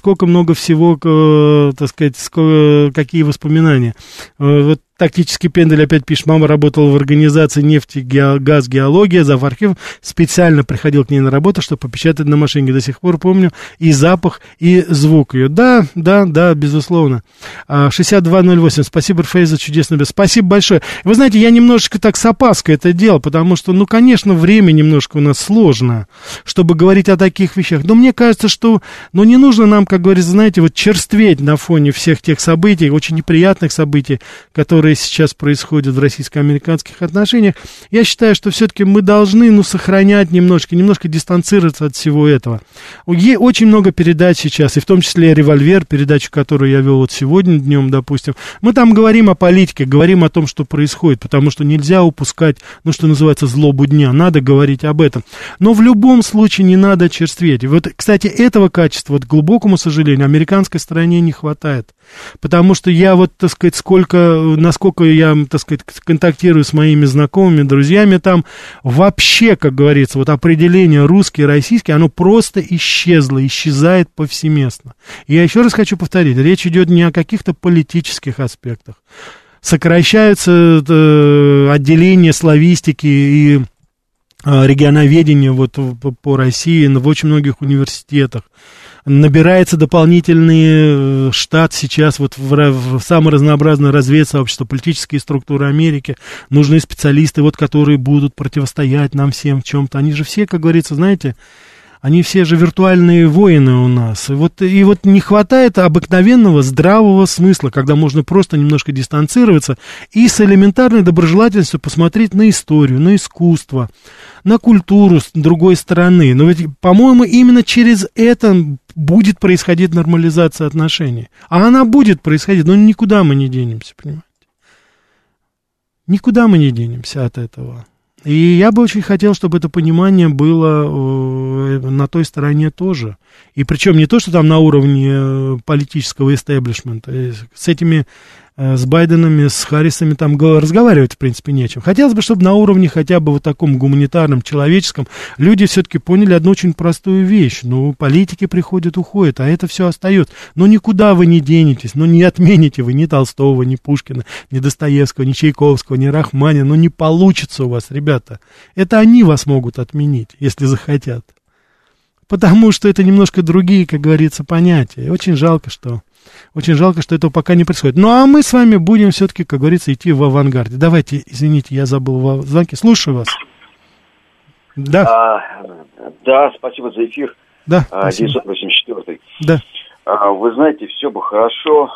всего, так сказать, какие воспоминания. Вот тактический пендель опять пишет, мама работала в организации нефти, газ, геология, завархив, специально приходил к ней на работу, чтобы попечатать на машине. До сих пор помню и запах, и звук ее. Да, безусловно. 6208, спасибо, Рафаэль, за чудесное. Спасибо большое. Вы знаете, я немножечко так с опаской это делал, потому что, ну, конечно, время немножко у нас сложно, чтобы говорить о таких вещах. Но мне кажется, что, ну, не нужно нам, как говорится, знаете, вот черстветь на фоне всех тех событий, очень неприятных событий, которые сейчас происходят в российско-американских отношениях. Я считаю, что все-таки мы должны, ну, сохранять немножко дистанцироваться от всего этого. Очень много передач сейчас, и в том числе «Револьвер», передачу, которую я вел вот сегодня днем, допустим. Мы там говорим о политике, говорим о том, что происходит, потому что нельзя упускать, ну, что называется, злобу дня. Надо говорить об этом. Но в любом случае не надо черстветь. Вот, кстати, этого качества, вот, к глубокому сожалению, американской стороне не хватает. Потому что я вот, так сказать, насколько я, так сказать, контактирую с моими знакомыми, друзьями там, вообще, как говорится, вот определение русский, российский, оно просто исчезает повсеместно. И я еще раз хочу повторить, речь идет не о каких-то политических аспектах. Сокращаются отделения славистики и регионоведения вот по России в очень многих университетах. Набирается дополнительный штат сейчас вот в самое разнообразное разведсообщество, политические структуры Америки. Нужны специалисты, вот, которые будут противостоять нам всем в чем-то. Они же все, как говорится, знаете, они все же виртуальные воины у нас. И вот не хватает обыкновенного здравого смысла, когда можно просто немножко дистанцироваться и с элементарной доброжелательностью посмотреть на историю, на искусство, на культуру с другой стороны. Но ведь, по-моему, именно через это будет происходить нормализация отношений. А она будет происходить, но никуда мы не денемся, понимаете? Никуда мы не денемся от этого. И я бы очень хотел, чтобы это понимание было на той стороне тоже. И причем не то, что там на уровне политического истеблишмента. С этими, с Байденами, с Харрисами там разговаривать, в принципе, нечем. Хотелось бы, чтобы на уровне хотя бы вот таком гуманитарном, человеческом, люди все-таки поняли одну очень простую вещь. Ну, политики приходят, уходят, а это все остается. Но никуда вы не денетесь, но не отмените вы ни Толстого, ни Пушкина, ни Достоевского, ни Чайковского, ни Рахманина. Но не получится у вас, ребята. Это они вас могут отменить, если захотят. Потому что это немножко другие, как говорится, понятия. И очень жалко, что этого пока не происходит. Ну, а мы с вами будем все-таки, как говорится, идти в авангарде. Давайте, извините, я забыл звонки. Слушаю вас. Да. Да, спасибо за эфир. Да, 984. Да. Вы знаете, все бы хорошо,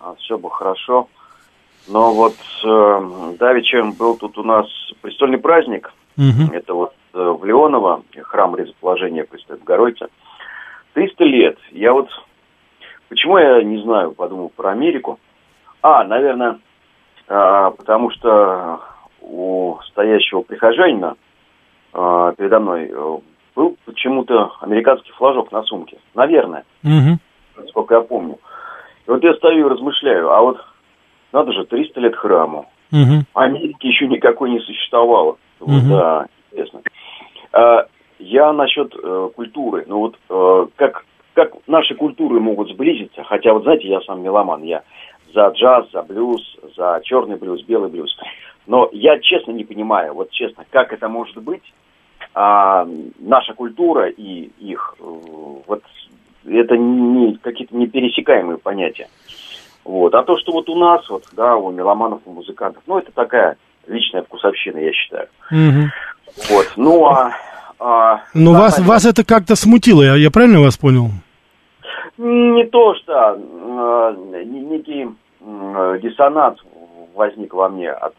но вот давеча был тут у нас престольный праздник. Угу. Это вот в Леоново, храм Ризоположения Пресвятой Богородицы. 300 лет. Почему я не знаю, подумал про Америку. Наверное, потому что у стоящего прихожанина передо мной был почему-то американский флажок на сумке. Наверное. Угу. Насколько я помню. И вот я стою и размышляю, надо же, 300 лет храму. Угу. Америки еще никакой не существовало. Угу. Да, интересно. Я насчет культуры. Как наши культуры могут сблизиться, хотя, знаете, я сам меломан, я за джаз, за блюз, за черный блюз, белый блюз. Но я честно не понимаю, как это может быть, наша культура и их, это какие-то непересекаемые понятия. А то, что у нас, у меломанов, у музыкантов, это такая личная вкусовщина, я считаю. Угу. Вас это как-то смутило, я правильно вас понял? Не то, что некий диссонанс возник во мне от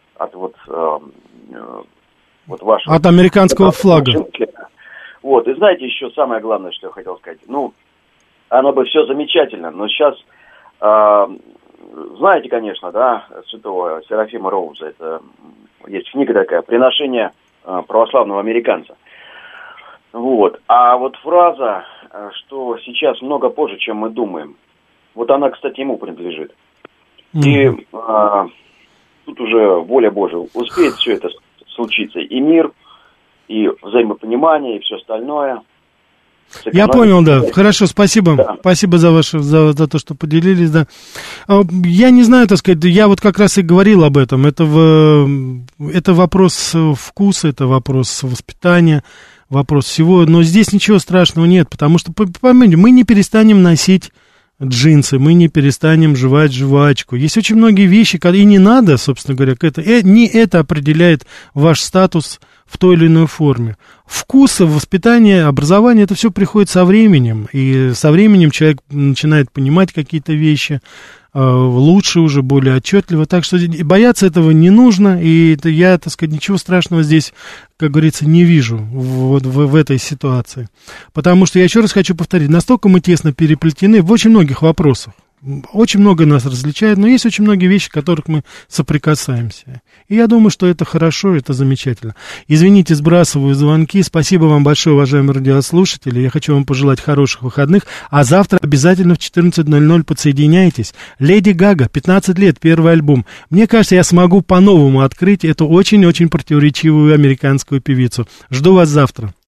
вашего... От американского флага. И знаете, еще самое главное, что я хотел сказать. Оно бы все замечательно, но сейчас... знаете, конечно, да, святого Серафима Роуза, это есть книга такая, «Приношение православного американца». А фраза, что сейчас много позже, чем мы думаем, она, кстати, ему принадлежит. И тут уже воля Божия, успеет все это случиться, и мир, и взаимопонимание, и все остальное. Я понял, да. Хорошо, спасибо. Да. Спасибо за то, что поделились, да. Я не знаю, так сказать, я как раз и говорил об этом. Это вопрос вкуса, это вопрос воспитания, вопрос всего. Но здесь ничего страшного нет, потому что, поймите, мы не перестанем носить джинсы, мы не перестанем жевать жвачку. Есть очень многие вещи, и не надо, собственно говоря, не это определяет ваш статус в той или иной форме. Вкус, воспитание, образование, это все приходит со временем. И со временем человек начинает понимать какие-то вещи лучше уже, более отчетливо. Так что бояться этого не нужно. И я, так сказать, ничего страшного здесь, как говорится, не вижу в этой ситуации. Потому что, я еще раз хочу повторить, настолько мы тесно переплетены в очень многих вопросах. очень много нас различает, но есть очень многие вещи, в которых мы соприкасаемся. И я думаю, что это хорошо, это замечательно. Извините, сбрасываю звонки. Спасибо вам большое, уважаемые радиослушатели. Я хочу вам пожелать хороших выходных. А завтра обязательно в 14:00 подсоединяйтесь. Леди Гага, 15 лет, первый альбом. Мне кажется, я смогу по-новому открыть эту очень-очень противоречивую американскую певицу. Жду вас завтра.